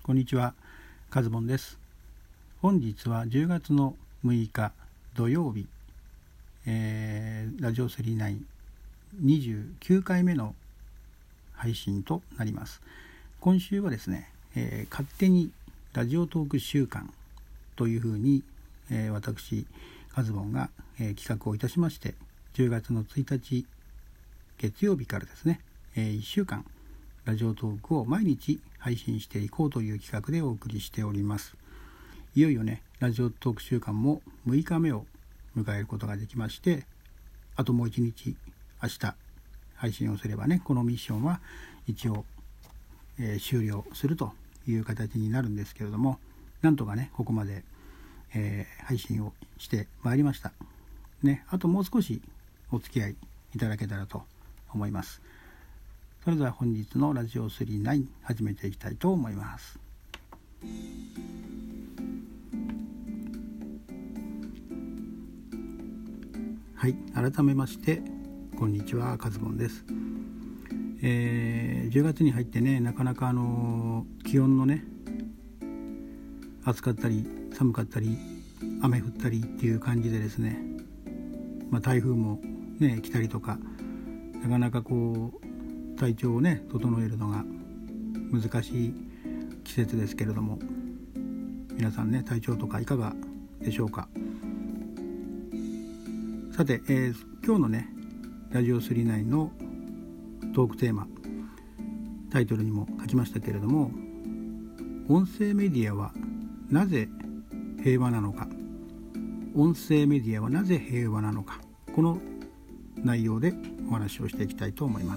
こんにちは、カズボンです。本日は10月の6日土曜日、ラジオ39 29回目の配信となります。今週はですね、勝手にラジオトーク週間というふうに、私カズボンが、企画をいたしまして、10月の1日月曜日からですね、1週間ラジオトークを毎日配信していこうという企画でお送りしております。いよいよね、ラジオトーク週間も6日目を迎えることができまして、あともう1日明日配信をすればね、このミッションは一応、終了するという形になるんですけれども、なんとかねここまで、配信をしてまいりましたね。あともう少しお付き合いいただけたらと思います。それでは本日のラジオ39始めていきたいと思います。はい、改めましてこんにちは、カズボンです。10月に入ってね、なかなか気温のね、暑かったり寒かったり雨降ったりっていう感じでですね、台風もね来たりとか、なかなかこう体調をね整えるのが難しい季節ですけれども、皆さんね体調とかいかがでしょうか。さて、今日のねラジオ39のトークテーマ、タイトルにも書きましたけれども、音声メディアはなぜ平和なのか、音声メディアはなぜ平和なのか、この内容でお話をしていきたいと思います。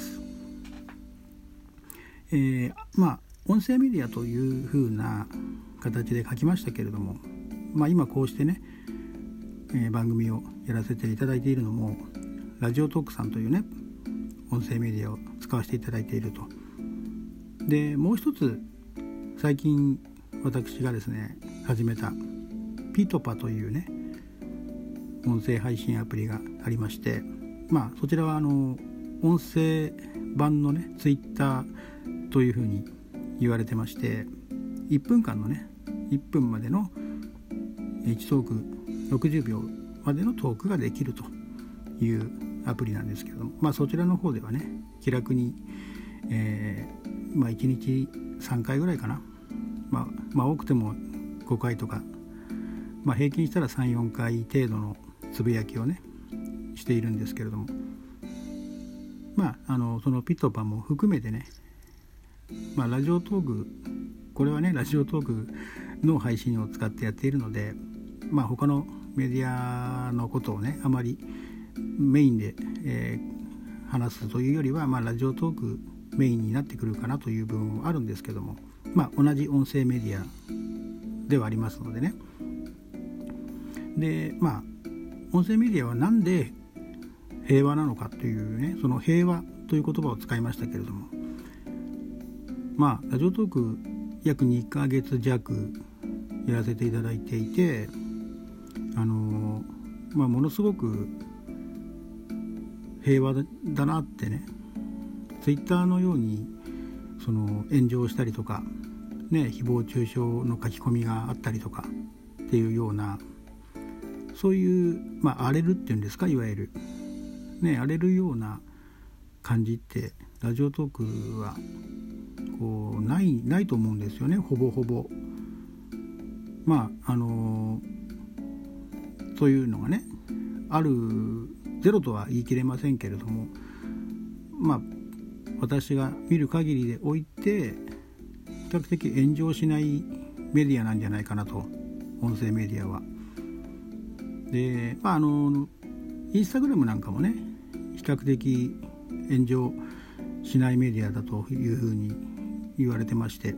音声メディアというふうな形で書きましたけれども、今こうしてね、番組をやらせていただいているのもラジオトークさんというね音声メディアを使わせていただいていると。でもう一つ最近私がですね始めたピトパというね音声配信アプリがありまして、そちらは音声版のねツイッターというふうに言われてまして、1分間のね1分までの1トーク60秒までのトークができるというアプリなんですけれども、そちらの方ではね気楽に、1日3回ぐらいかな、多くても5回とか、平均したら 3,4 回程度のつぶやきをねしているんですけれども、そのピトパも含めてね、ラジオトーク、これはねラジオトークの配信を使ってやっているので、他のメディアのことをねあまりメインで、話すというよりは、ラジオトークメインになってくるかなという部分はあるんですけども、同じ音声メディアではありますのでね。で音声メディアはなんで平和なのかというね、その平和という言葉を使いましたけれども、ラジオトーク約2ヶ月弱やらせていただいていて、ものすごく平和だなってね、ツイッターのようにその炎上したりとかね、誹謗中傷の書き込みがあったりとかっていうような、そういう荒れるっていうんですか、いわゆるね荒れるような感じってラジオトークはこうないと思うんですよね、ほぼほぼ。そういうのがねある、ゼロとは言い切れませんけれども、私が見る限りでおいて比較的炎上しないメディアなんじゃないかなと、音声メディアは。でインスタグラムなんかもね比較的炎上しないメディアだというふうに言われてまして、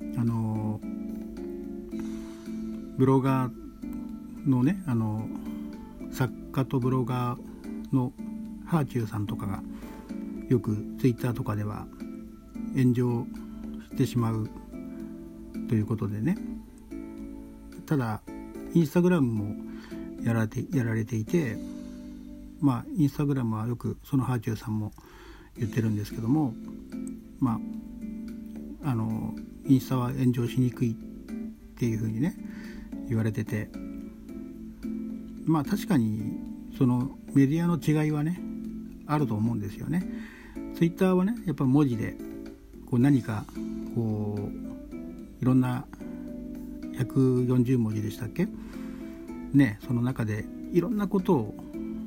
ブロガーのね作家とブロガーのハーチューさんとかがよくツイッターとかでは炎上してしまうということでね。ただインスタグラムもやられていて、インスタグラムはよくそのハーチューさんも言ってるんですけども、 インスタは炎上しにくいっていうふうにね言われてて、まあ確かにそのメディアの違いはねあると思うんですよね。ツイッターはねやっぱ文字でこう何かこういろんな140文字でしたっけね、その中でいろんなことを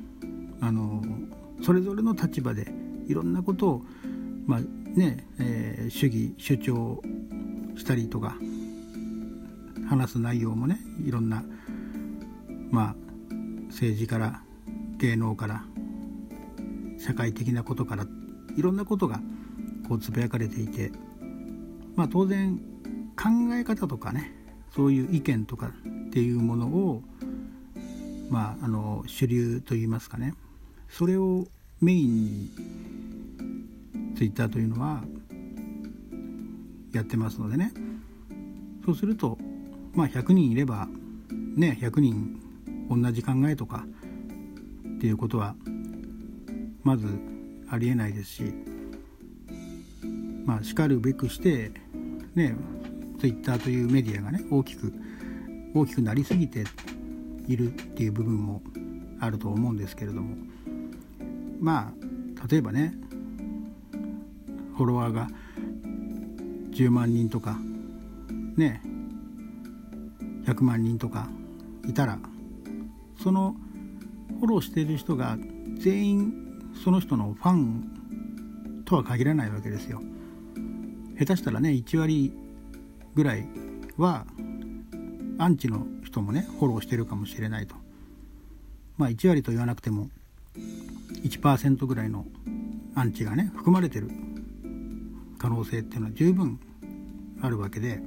それぞれの立場でいろんなことをまあね、主義主張したりとか話す内容もねいろんなまあ政治から芸能から社会的なことからいろんなことがこうつぶやかれていて、まあ当然考え方とかねそういう意見とかっていうものをまあ主流といいますかね、それをメインにツイッターというのはやってますのでね、そうするとまあ100人いればね100人同じ考えとかっていうことはまずありえないですし、まあしかるべくしてねツイッターというメディアがね大きくなりすぎているっていう部分もあると思うんですけれども、まあ例えばねフォロワーが10万人とかね100万人とかいたらそのフォローしている人が全員その人のファンとは限らないわけですよ。下手したらね1割ぐらいはアンチの人もねフォローしてるかもしれないと、まあ1割と言わなくても 1% ぐらいのアンチがね含まれてる可能性っていうのは十分あるわけで、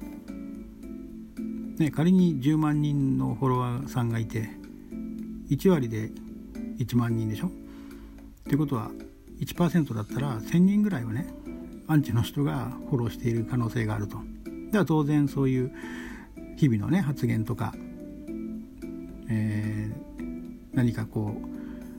ね、仮に10万人のフォロワーさんがいて1割で1万人でしょってことは 1% だったら1000人ぐらいはねアンチの人がフォローしている可能性があると。では当然そういう日々のね発言とか、何かこう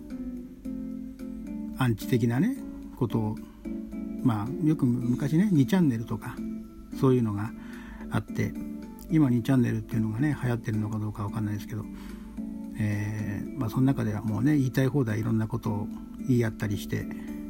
アンチ的なねことをまあよく昔ね2チャンネルとかそういうのがあって、今2チャンネルっていうのがね流行ってるのかどうかわかんないですけど、まあその中ではもうね言いたい放題いろんなことを言い合ったりして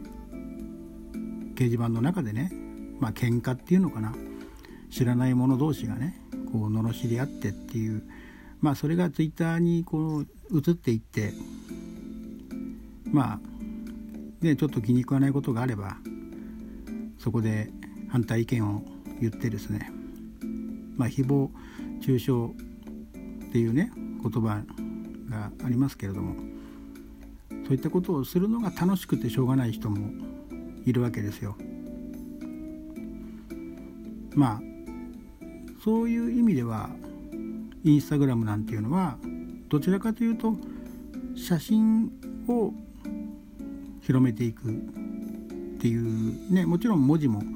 掲示板の中でねまあ喧嘩っていうのかな、知らない者同士がねこう罵り合ってっていう、まあそれがツイッターにこう移っていって、まあでちょっと気に食わないことがあればそこで反対意見を言ってですね、まあ誹謗中傷っていうね言葉がありますけれども、そういったことをするのが楽しくてしょうがない人もいるわけですよ。まあそういう意味ではインスタグラムなんていうのはどちらかというと写真を広めていくっていうね、もちろん文字も、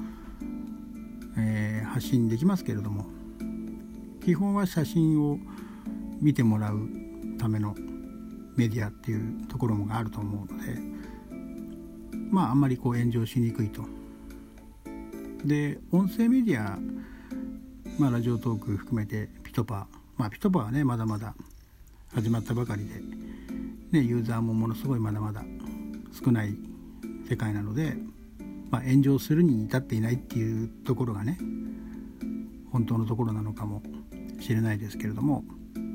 発信できますけれども、基本は写真を見てもらうためのメディアっていうところもあると思うので、まああんまりこう炎上しにくいと。で音声メディア、まあ、ラジオトーク含めてピトパ、まあピトパはねまだまだ始まったばかりで、ね、ユーザーもものすごいまだまだ少ない世界なので、まあ、炎上するに至っていないっていうところがね本当のところなのかもしれないですけれども、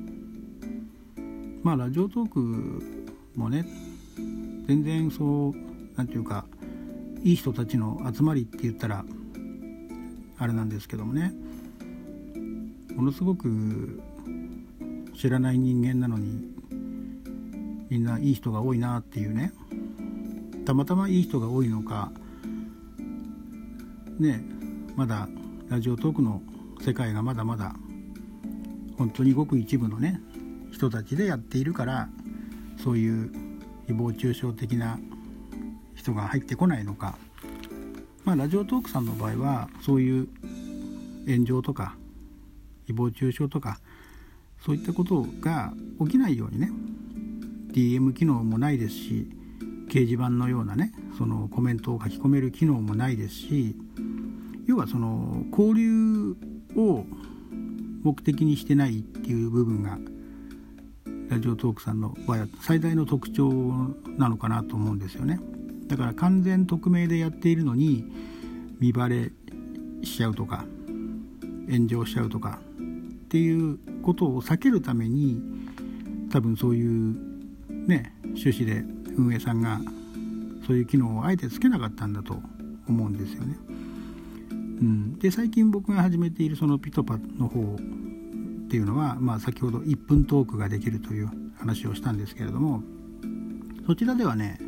まあラジオトークもね全然そうなんていうかいい人たちの集まりって言ったらあれなんですけどもね、ものすごく知らない人間なのにみんないい人が多いなっていうね、たまたまいい人が多いのかね、まだラジオトークの世界がまだまだ本当にごく一部のね人たちでやっているからそういう誹謗中傷的な人が入ってこないのか、まあラジオトークさんの場合はそういう炎上とか誹謗中傷とかそういったことが起きないようにね DM 機能もないですし、掲示板のようなねそのコメントを書き込める機能もないですし、 要はその交流を目的にしてないっていう部分がラジオトークさんの場合は最大の特徴なのかなと思うんですよね。だから完全匿名でやっているのに見バレしちゃうとか炎上しちゃうとかっていうことを避けるために多分そういうね趣旨で運営さんがそういう機能をあえてつけなかったんだと思うんですよね。で最近僕が始めているそのピトパの方っていうのは、先ほど1分トークができるという話をしたんですけれども、そちらではね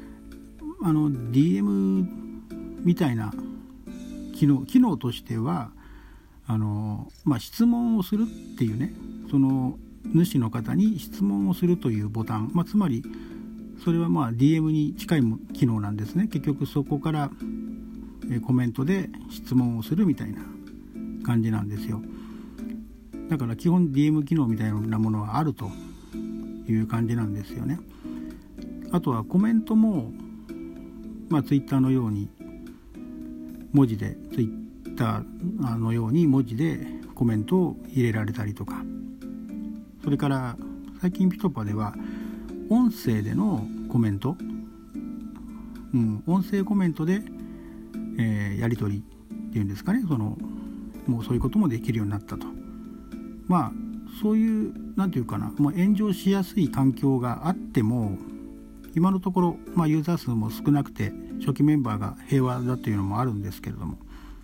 DM みたいな機能としては質問をするっていうね、その主の方に質問をするというボタン、つまりそれはDM に近い機能なんですね。結局そこからコメントで質問をするみたいな感じなんですよ。だから基本 DM 機能みたいなものはあるという感じなんですよね。あとはコメントもTwitter のように文字で Twitter のように文字でコメントを入れられたりとか、それから最近ピトパでは音声でのコメント、音声コメントで、やり取りっていうんですかね、もうそういうこともできるようになったと。そういうなんていうかな、炎上しやすい環境があっても今のところ、ユーザー数も少なくて初期メンバーが平和だというのもあるんですけれども、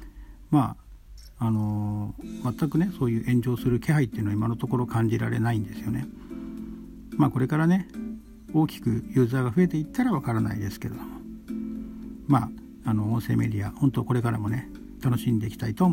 全くねそういう炎上する気配っていうのは今のところ感じられないんですよね。これからね大きくユーザーが増えていったらわからないですけれども、音声メディア本当これからもね楽しんでいきたいと思います。